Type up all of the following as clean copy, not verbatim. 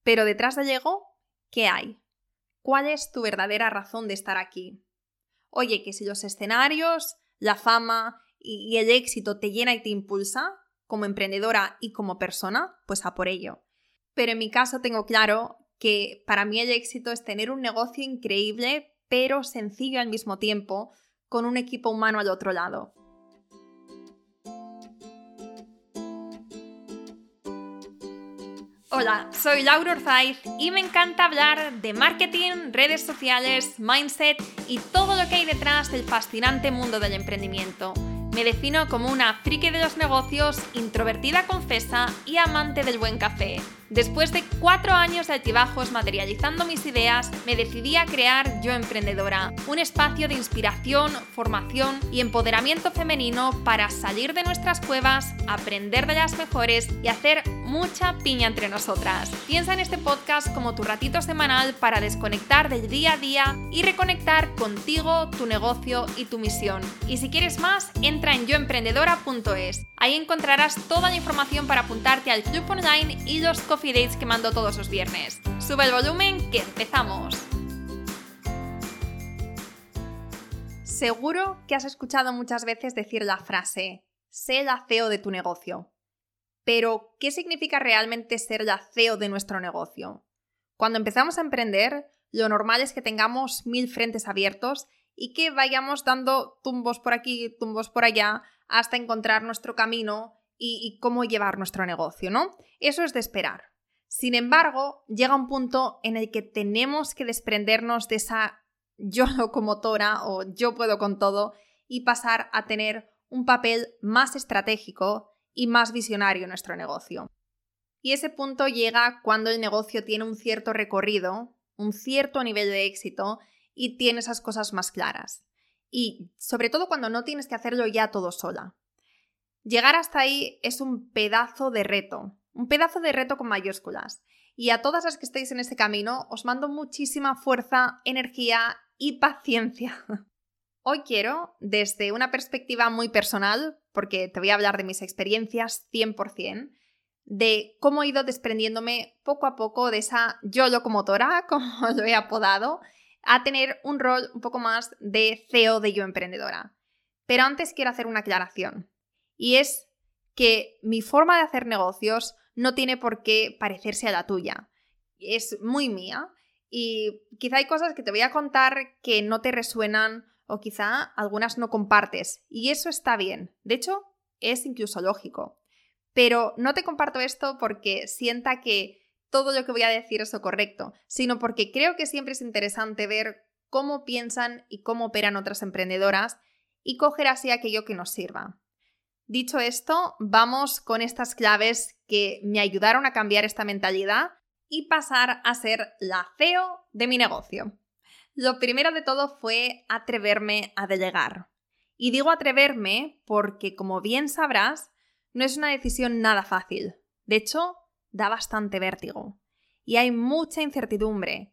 Pero detrás del ego, ¿qué hay? ¿Cuál es tu verdadera razón de estar aquí? Oye, que si los escenarios, la fama y el éxito te llena y te impulsa, como emprendedora y como persona, pues a por ello. Pero en mi caso tengo claro que para mí el éxito es tener un negocio increíble, pero sencillo al mismo tiempo, con un equipo humano al otro lado. Hola, soy Laura Orzaiz y me encanta hablar de marketing, redes sociales, mindset y todo lo que hay detrás del fascinante mundo del emprendimiento. Me defino como una friki de los negocios, introvertida confesa y amante del buen café. Después de 4 años de altibajos materializando mis ideas, me decidí a crear Yo Emprendedora, un espacio de inspiración, formación y empoderamiento femenino para salir de nuestras cuevas, aprender de las mejores y hacer mucha piña entre nosotras. Piensa en este podcast como tu ratito semanal para desconectar del día a día y reconectar contigo, tu negocio y tu misión. Y si quieres más, entra en yoemprendedora.es. Ahí encontrarás toda la información para apuntarte al club online y los coffee dates que mando todos los viernes. Sube el volumen que empezamos. Seguro que has escuchado muchas veces decir la frase «sé la CEO de tu negocio». Pero, ¿qué significa realmente ser la CEO de nuestro negocio? Cuando empezamos a emprender, lo normal es que tengamos 1000 frentes abiertos y que vayamos dando tumbos por aquí, tumbos por allá, hasta encontrar nuestro camino y cómo llevar nuestro negocio, ¿no? Eso es de esperar. Sin embargo, llega un punto en el que tenemos que desprendernos de esa yo locomotora o yo puedo con todo y pasar a tener un papel más estratégico y más visionario en nuestro negocio. Y ese punto llega cuando el negocio tiene un cierto recorrido, un cierto nivel de éxito y tiene esas cosas más claras. Y sobre todo cuando no tienes que hacerlo ya todo sola. Llegar hasta ahí es un pedazo de reto con mayúsculas. Y a todas las que estéis en ese camino os mando muchísima fuerza, energía y paciencia. Hoy quiero, desde una perspectiva muy personal, porque te voy a hablar de mis experiencias 100%, de cómo he ido desprendiéndome poco a poco de esa yo locomotora, como lo he apodado, a tener un rol un poco más de CEO de Yo Emprendedora. Pero antes quiero hacer una aclaración, y es que mi forma de hacer negocios no tiene por qué parecerse a la tuya. Es muy mía y quizá hay cosas que te voy a contar que no te resuenan o quizá algunas no compartes, y eso está bien. De hecho, es incluso lógico. Pero no te comparto esto porque sienta que todo lo que voy a decir es lo correcto, sino porque creo que siempre es interesante ver cómo piensan y cómo operan otras emprendedoras y coger así aquello que nos sirva. Dicho esto, vamos con estas claves que me ayudaron a cambiar esta mentalidad y pasar a ser la CEO de mi negocio. Lo primero de todo fue atreverme a delegar. Y digo atreverme porque, como bien sabrás, no es una decisión nada fácil. De hecho, da bastante vértigo. Y hay mucha incertidumbre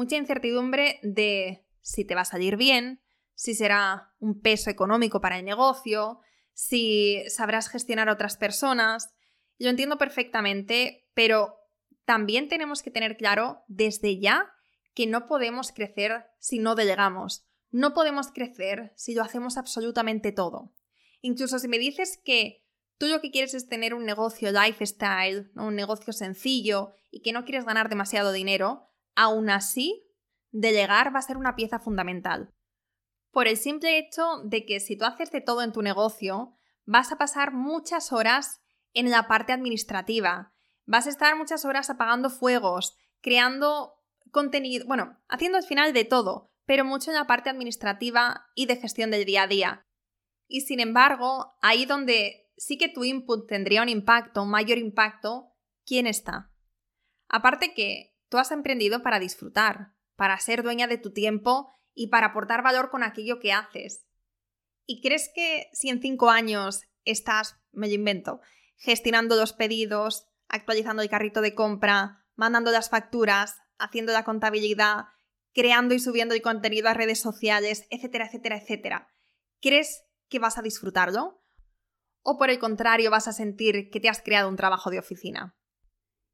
de si te va a salir bien, si será un peso económico para el negocio, si sabrás gestionar a otras personas. Lo entiendo perfectamente, pero también tenemos que tener claro desde ya que no podemos crecer si no delegamos. No podemos crecer si lo hacemos absolutamente todo. Incluso si me dices que tú lo que quieres es tener un negocio lifestyle, un negocio sencillo y que no quieres ganar demasiado dinero, aún así, delegar va a ser una pieza fundamental. Por el simple hecho de que si tú haces de todo en tu negocio, vas a pasar muchas horas en la parte administrativa. Vas a estar muchas horas apagando fuegos, creando contenido, haciendo al final de todo, pero mucho en la parte administrativa y de gestión del día a día. Y sin embargo, ahí donde sí que tu input tendría un mayor impacto, ¿quién está? Aparte que tú has emprendido para disfrutar, para ser dueña de tu tiempo y para aportar valor con aquello que haces. ¿Y crees que si en 5 años estás, me lo invento, gestionando los pedidos, actualizando el carrito de compra, mandando las facturas, haciendo la contabilidad, creando y subiendo el contenido a redes sociales, etcétera, etcétera, etcétera, ¿crees que vas a disfrutarlo? ¿O por el contrario vas a sentir que te has creado un trabajo de oficina?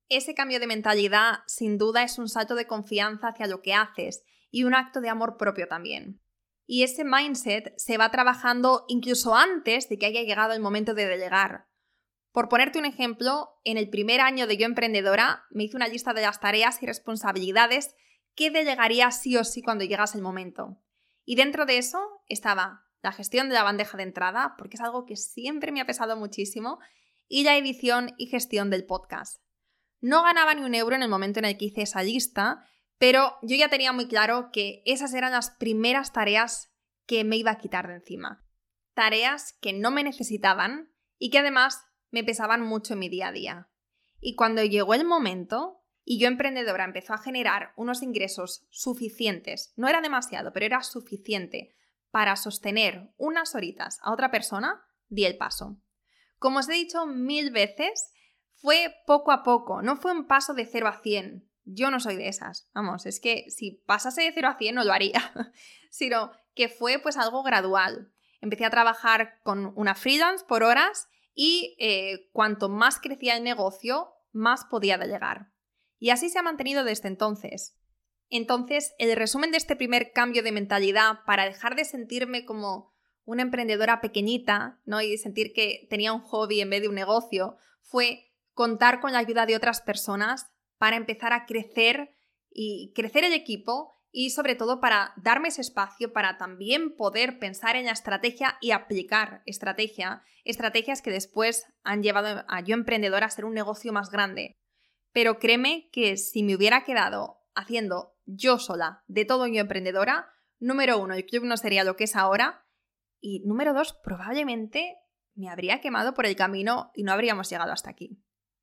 Ese cambio de mentalidad sin duda es un salto de confianza hacia lo que haces y un acto de amor propio también. Y ese mindset se va trabajando incluso antes de que haya llegado el momento de delegar. Por ponerte un ejemplo, en el primer año de Yo Emprendedora me hice una lista de las tareas y responsabilidades que delegaría sí o sí cuando llegase el momento. Y dentro de eso estaba la gestión de la bandeja de entrada, porque es algo que siempre me ha pesado muchísimo, y la edición y gestión del podcast. No ganaba ni un euro en el momento en el que hice esa lista, pero yo ya tenía muy claro que esas eran las primeras tareas que me iba a quitar de encima. Tareas que no me necesitaban y que además me pesaban mucho en mi día a día. Y cuando llegó el momento y Yo Emprendedora empezó a generar unos ingresos suficientes, no era demasiado, pero era suficiente para sostener unas horitas a otra persona, di el paso. Como os he dicho 1000 veces, fue poco a poco, no fue un paso de 0 a 100. Yo no soy de esas. Vamos, es que si pasase de 0 a 100 no lo haría, sino que fue pues algo gradual. Empecé a trabajar con una freelance por horas y cuanto más crecía el negocio, más podía delegar. Y así se ha mantenido desde entonces. Entonces, el resumen de este primer cambio de mentalidad para dejar de sentirme como una emprendedora pequeñita, ¿no? Y sentir que tenía un hobby en vez de un negocio, fue contar con la ayuda de otras personas para empezar a crecer y crecer el equipo y sobre todo para darme ese espacio para también poder pensar en la estrategia y aplicar estrategias que después han llevado a Yo Emprendedora a ser un negocio más grande. Pero créeme que si me hubiera quedado haciendo yo sola de todo Yo Emprendedora, número 1, el club no sería lo que es ahora y número 2, probablemente me habría quemado por el camino y no habríamos llegado hasta aquí.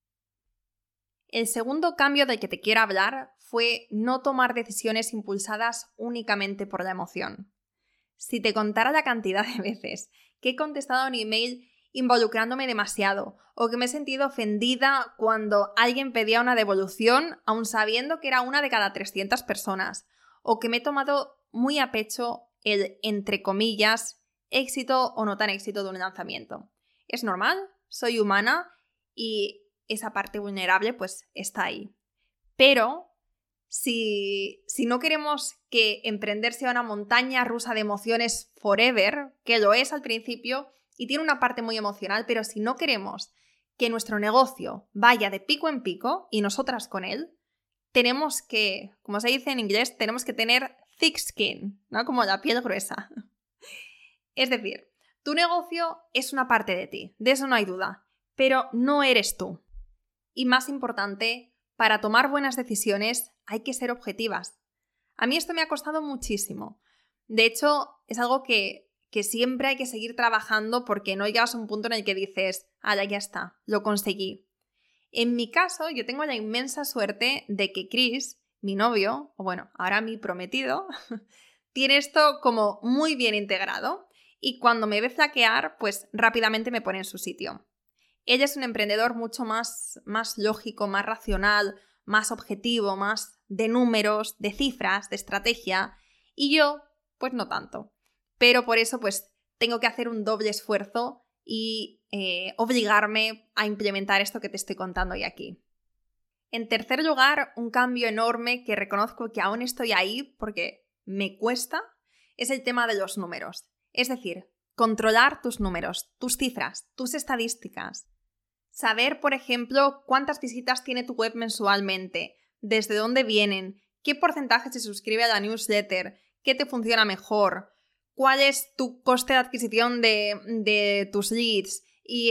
El segundo cambio del que te quiero hablar fue no tomar decisiones impulsadas únicamente por la emoción. Si te contara la cantidad de veces que he contestado un email involucrándome demasiado o que me he sentido ofendida cuando alguien pedía una devolución aun sabiendo que era una de cada 300 personas o que me he tomado muy a pecho el, entre comillas, éxito o no tan éxito de un lanzamiento. Es normal, soy humana y esa parte vulnerable pues está ahí. Pero si no queremos que emprender sea una montaña rusa de emociones forever, que lo es al principio y tiene una parte muy emocional, pero si no queremos que nuestro negocio vaya de pico en pico y nosotras con él, tenemos que, como se dice en inglés, tenemos que tener thick skin, ¿no? Como la piel gruesa. Es decir, tu negocio es una parte de ti, de eso no hay duda, pero no eres tú. Y más importante, para tomar buenas decisiones hay que ser objetivas. A mí esto me ha costado muchísimo. De hecho, es algo que siempre hay que seguir trabajando porque no llegas a un punto en el que dices, ya está, lo conseguí. En mi caso, yo tengo la inmensa suerte de que Chris, mi novio, o bueno, ahora mi prometido, tiene esto como muy bien integrado y cuando me ve flaquear, pues rápidamente me pone en su sitio. Ella es un emprendedor mucho más lógico, más racional, más objetivo, más de números, de cifras, de estrategia, y yo, pues no tanto. Pero por eso, pues tengo que hacer un doble esfuerzo y obligarme a implementar esto que te estoy contando hoy aquí. En tercer lugar, un cambio enorme que reconozco que aún estoy ahí porque me cuesta, es el tema de los números. Es decir, controlar tus números, tus cifras, tus estadísticas. Saber, por ejemplo, cuántas visitas tiene tu web mensualmente, desde dónde vienen, qué porcentaje se suscribe a la newsletter, qué te funciona mejor, cuál es tu coste de adquisición de tus leads y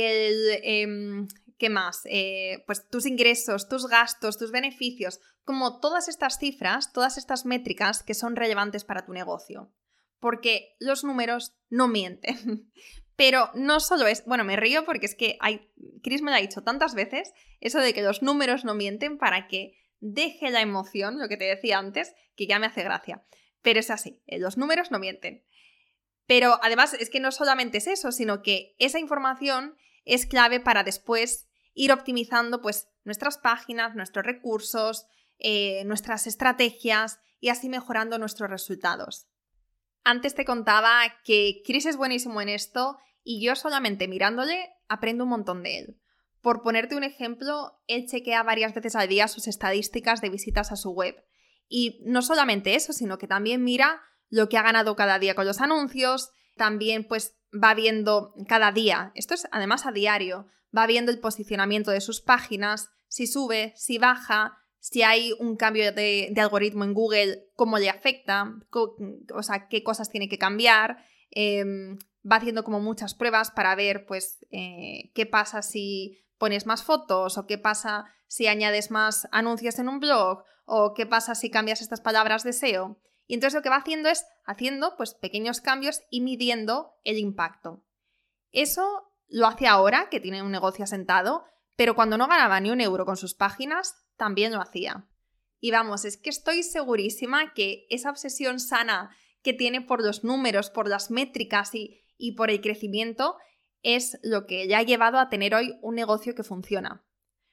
¿qué más? Pues tus ingresos, tus gastos, tus beneficios, como todas estas cifras, todas estas métricas que son relevantes para tu negocio. Porque los números no mienten. Pero no solo es... Bueno, me río porque es que Chris me lo ha dicho tantas veces, eso de que los números no mienten para que deje la emoción, lo que te decía antes, que ya me hace gracia. Pero es así, los números no mienten. Pero además es que no solamente es eso, sino que esa información es clave para después ir optimizando pues nuestras páginas, nuestros recursos, nuestras estrategias y así mejorando nuestros resultados. Antes te contaba que Chris es buenísimo en esto y yo solamente mirándole aprendo un montón de él. Por ponerte un ejemplo, él chequea varias veces al día sus estadísticas de visitas a su web. Y no solamente eso, sino que también mira lo que ha ganado cada día con los anuncios, también pues va viendo cada día, esto es además a diario, va viendo el posicionamiento de sus páginas, si sube, si baja, si hay un cambio de algoritmo en Google, cómo le afecta, o sea, qué cosas tiene que cambiar. Va haciendo como muchas pruebas para ver pues qué pasa si pones más fotos o qué pasa si añades más anuncios en un blog o qué pasa si cambias estas palabras de SEO. Y entonces lo que va haciendo es haciendo pues pequeños cambios y midiendo el impacto. Eso lo hace ahora, que tiene un negocio asentado, pero cuando no ganaba ni un euro con sus páginas, también lo hacía. Y vamos, es que estoy segurísima que esa obsesión sana que tiene por los números, por las métricas y por el crecimiento es lo que le ha llevado a tener hoy un negocio que funciona.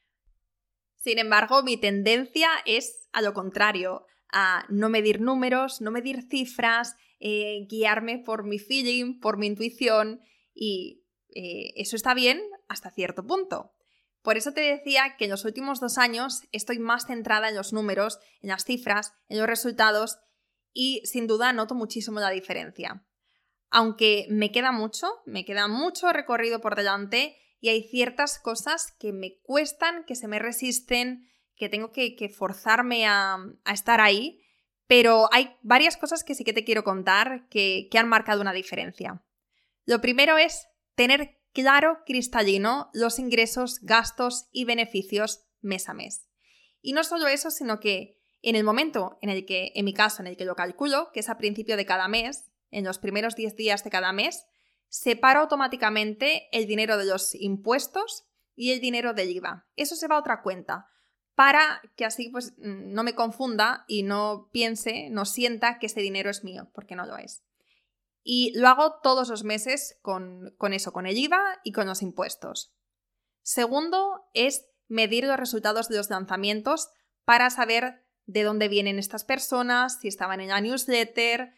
Sin embargo, mi tendencia es a lo contrario, a no medir números, no medir cifras, guiarme por mi feeling, por mi intuición y eso está bien hasta cierto punto. Por eso te decía que en los últimos 2 años estoy más centrada en los números, en las cifras, en los resultados y sin duda noto muchísimo la diferencia. Aunque me queda mucho recorrido por delante y hay ciertas cosas que me cuestan, que se me resisten, que tengo que forzarme a estar ahí, pero hay varias cosas que sí que te quiero contar que han marcado una diferencia. Lo primero es tener claro, cristalino, los ingresos, gastos y beneficios mes a mes. Y no solo eso, sino que en el momento en el que lo calculo, que es a principio de cada mes, en los primeros 10 días de cada mes, separo automáticamente el dinero de los impuestos y el dinero del IVA. Eso se va a otra cuenta, para que así pues no me confunda y no piense, no sienta que ese dinero es mío, porque no lo es. Y lo hago todos los meses con eso, con el IVA y con los impuestos. Segundo es medir los resultados de los lanzamientos para saber de dónde vienen estas personas, si estaban en la newsletter,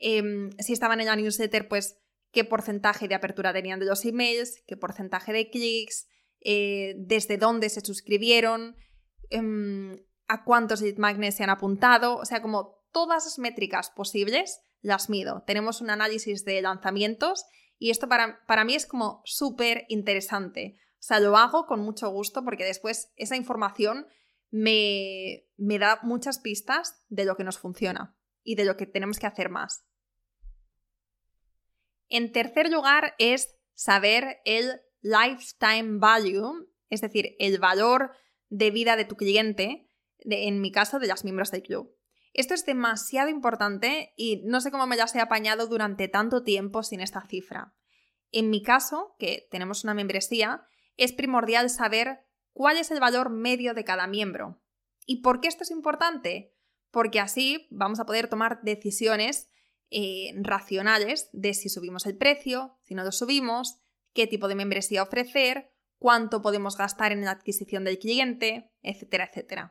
pues qué porcentaje de apertura tenían de los emails, qué porcentaje de clics, desde dónde se suscribieron, a cuántos lead magnets se han apuntado, o sea, como todas las métricas posibles las mido. Tenemos un análisis de lanzamientos y esto para mí es como súper interesante. O sea, lo hago con mucho gusto porque después esa información me da muchas pistas de lo que nos funciona y de lo que tenemos que hacer más. En tercer lugar es saber el lifetime value, es decir, el valor de vida de tu cliente, en mi caso de los miembros del club. Esto es demasiado importante y no sé cómo me las he apañado durante tanto tiempo sin esta cifra. En mi caso, que tenemos una membresía, es primordial saber cuál es el valor medio de cada miembro. ¿Y por qué esto es importante? Porque así vamos a poder tomar decisiones racionales de si subimos el precio, si no lo subimos, qué tipo de membresía ofrecer, cuánto podemos gastar en la adquisición del cliente, etcétera, etcétera.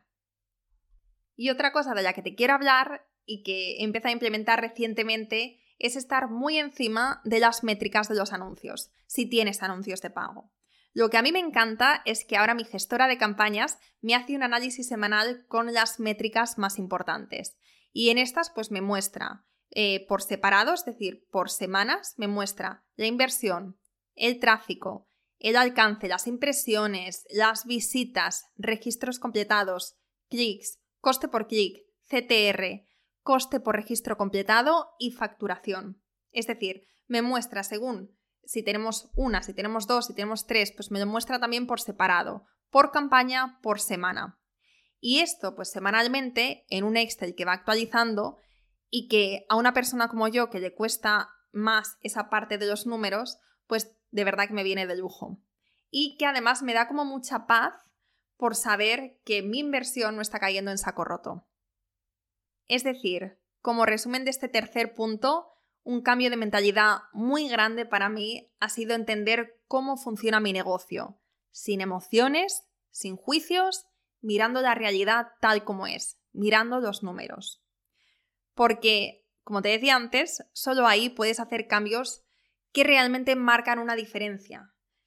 Y otra cosa de la que te quiero hablar y que he empezado a implementar recientemente es estar muy encima de las métricas de los anuncios, si tienes anuncios de pago. Lo que a mí me encanta es que ahora mi gestora de campañas me hace un análisis semanal con las métricas más importantes. Y en estas pues me muestra por separado, es decir, por semanas, me muestra la inversión, el tráfico, el alcance, las impresiones, las visitas, registros completados, clics, coste por clic, CTR, coste por registro completado y facturación. Es decir, me muestra según si tenemos una, si tenemos 2, si tenemos 3, pues me lo muestra también por separado, por campaña, por semana. Y esto, pues semanalmente, en un Excel que va actualizando y que a una persona como yo que le cuesta más esa parte de los números, pues de verdad que me viene de lujo. Y que además me da como mucha paz por saber que mi inversión no está cayendo en saco roto. Es decir, como resumen de este tercer punto, un cambio de mentalidad muy grande para mí ha sido entender cómo funciona mi negocio, sin emociones, sin juicios, mirando la realidad tal como es, mirando los números. Porque, como te decía antes, solo ahí puedes hacer cambios que realmente marcan una diferencia.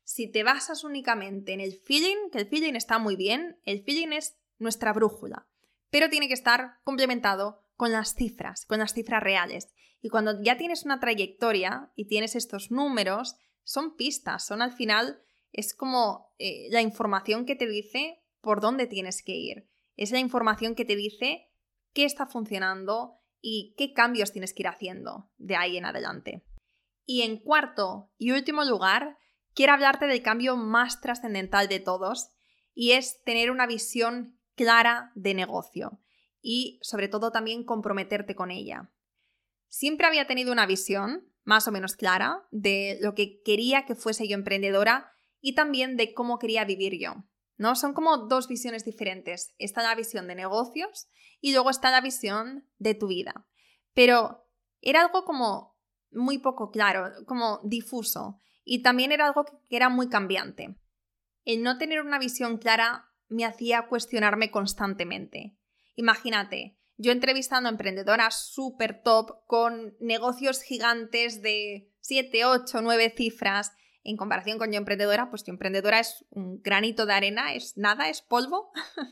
si te basas únicamente en el feeling, que el feeling está muy bien, el feeling es nuestra brújula, pero tiene que estar complementado con las cifras reales. Y cuando ya tienes una trayectoria y tienes estos números, son pistas, son al final, es como la información que te dice por dónde tienes que ir. Es la información que te dice qué está funcionando y qué cambios tienes que ir haciendo de ahí en adelante. Y en cuarto y último lugar, quiero hablarte del cambio más trascendental de todos y es tener una visión clara de negocio y sobre todo también comprometerte con ella. Siempre había tenido una visión más o menos clara de lo que quería que fuese yo emprendedora y también de cómo quería vivir yo, ¿no? Son como dos visiones diferentes. Está la visión de negocios y luego está la visión de tu vida. Pero era algo como muy poco claro, como difuso y también era algo que era muy cambiante. El no tener una visión clara me hacía cuestionarme constantemente. Imagínate, yo entrevistando a emprendedoras súper top con negocios gigantes de 7, 8, 9 cifras. En comparación con yo emprendedora, pues yo emprendedora es un granito de arena, es nada, es polvo.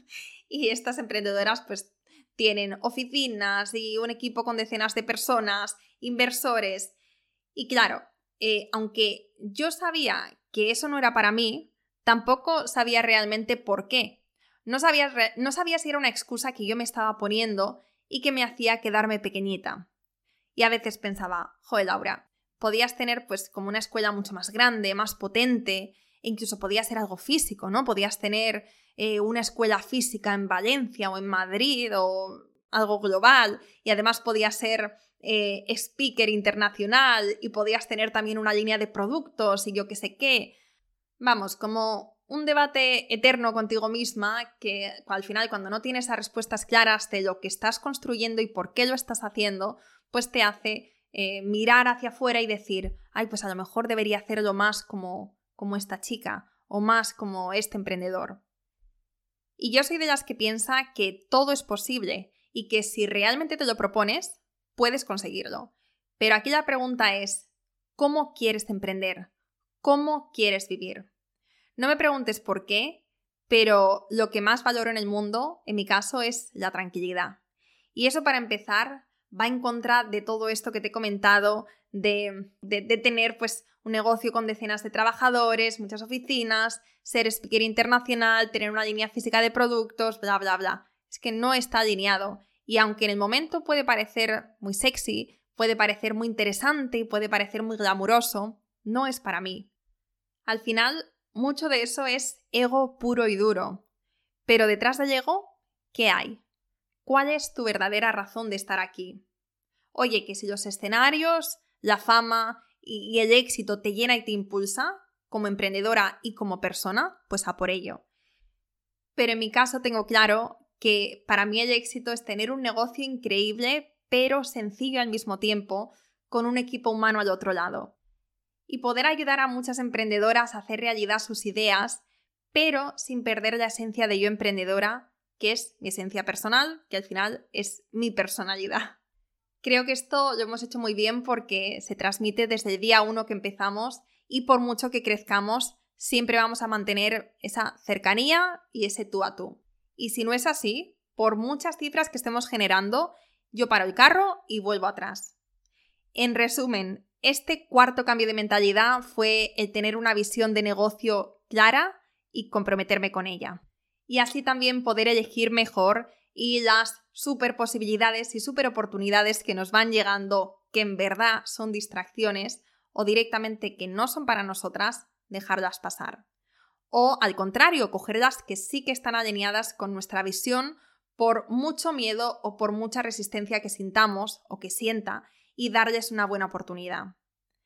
Y estas emprendedoras pues tienen oficinas y un equipo con decenas de personas, inversores. Y claro, aunque yo sabía que eso no era para mí, tampoco sabía realmente por qué. No sabía si era una excusa que yo me estaba poniendo y que me hacía quedarme pequeñita. Y a veces pensaba, joder, Laura, podías tener pues como una escuela mucho más grande, más potente, e incluso podía ser algo físico, ¿no? Podías tener una escuela física en Valencia o en Madrid o algo global y además podías ser speaker internacional y podías tener también una línea de productos y yo qué sé qué. Vamos, como un debate eterno contigo misma que al final cuando no tienes las respuestas claras de lo que estás construyendo y por qué lo estás haciendo, pues te hace mirar hacia afuera y decir, ay, pues a lo mejor debería hacerlo más como esta chica o más como este emprendedor. Y yo soy de las que piensa que todo es posible y que si realmente te lo propones, puedes conseguirlo. Pero aquí la pregunta es, ¿cómo quieres emprender? ¿Cómo quieres vivir? No me preguntes por qué, pero lo que más valoro en el mundo, en mi caso, es la tranquilidad. Y eso, para empezar, va en contra de todo esto que te he comentado, de tener pues un negocio con decenas de trabajadores, muchas oficinas, ser speaker internacional, tener una línea física de productos, bla, bla, bla. Es que no está alineado. Y aunque en el momento puede parecer muy sexy, puede parecer muy interesante y puede parecer muy glamuroso, no es para mí. Al final, mucho de eso es ego puro y duro. Pero detrás del ego, ¿qué hay? ¿Cuál es tu verdadera razón de estar aquí? Oye, que si los escenarios, la fama y el éxito te llena y te impulsa, como emprendedora y como persona, pues a por ello. Pero en mi caso tengo claro que para mí el éxito es tener un negocio increíble, pero sencillo al mismo tiempo, con un equipo humano al otro lado. Y poder ayudar a muchas emprendedoras a hacer realidad sus ideas, pero sin perder la esencia de yo emprendedora, que es mi esencia personal, que al final es mi personalidad. Creo que esto lo hemos hecho muy bien porque se transmite desde el día 1 que empezamos y por mucho que crezcamos, siempre vamos a mantener esa cercanía y ese tú a tú. Y si no es así, por muchas cifras que estemos generando, yo paro el carro y vuelvo atrás. En resumen, este cuarto cambio de mentalidad fue el tener una visión de negocio clara y comprometerme con ella. Y así también poder elegir mejor y las super posibilidades y super oportunidades que nos van llegando, que en verdad son distracciones o directamente que no son para nosotras, dejarlas pasar. O al contrario, cogerlas que sí que están alineadas con nuestra visión por mucho miedo o por mucha resistencia que sintamos o que sienta y darles una buena oportunidad.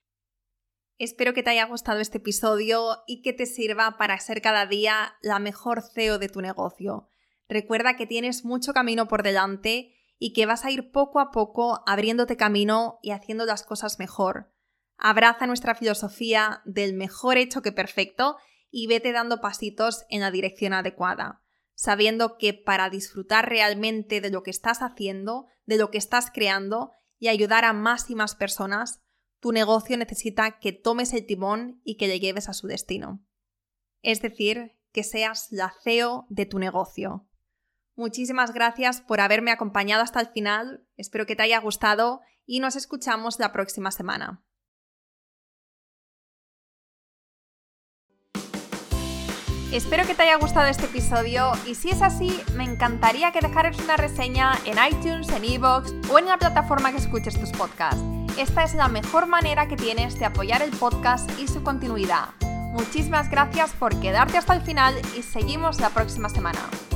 Espero que te haya gustado este episodio y que te sirva para ser cada día la mejor CEO de tu negocio. Recuerda que tienes mucho camino por delante y que vas a ir poco a poco abriéndote camino y haciendo las cosas mejor. Abraza nuestra filosofía del mejor hecho que perfecto y vete dando pasitos en la dirección adecuada, sabiendo que para disfrutar realmente de lo que estás haciendo, de lo que estás creando y ayudar a más y más personas, tu negocio necesita que tomes el timón y que le lleves a su destino. Es decir, que seas la CEO de tu negocio. Muchísimas gracias por haberme acompañado hasta el final, espero que te haya gustado y nos escuchamos la próxima semana. Espero que te haya gustado este episodio y si es así, me encantaría que dejaras una reseña en iTunes, en iVoox o en la plataforma que escuches tus podcasts. Esta es la mejor manera que tienes de apoyar el podcast y su continuidad. Muchísimas gracias por quedarte hasta el final y seguimos la próxima semana.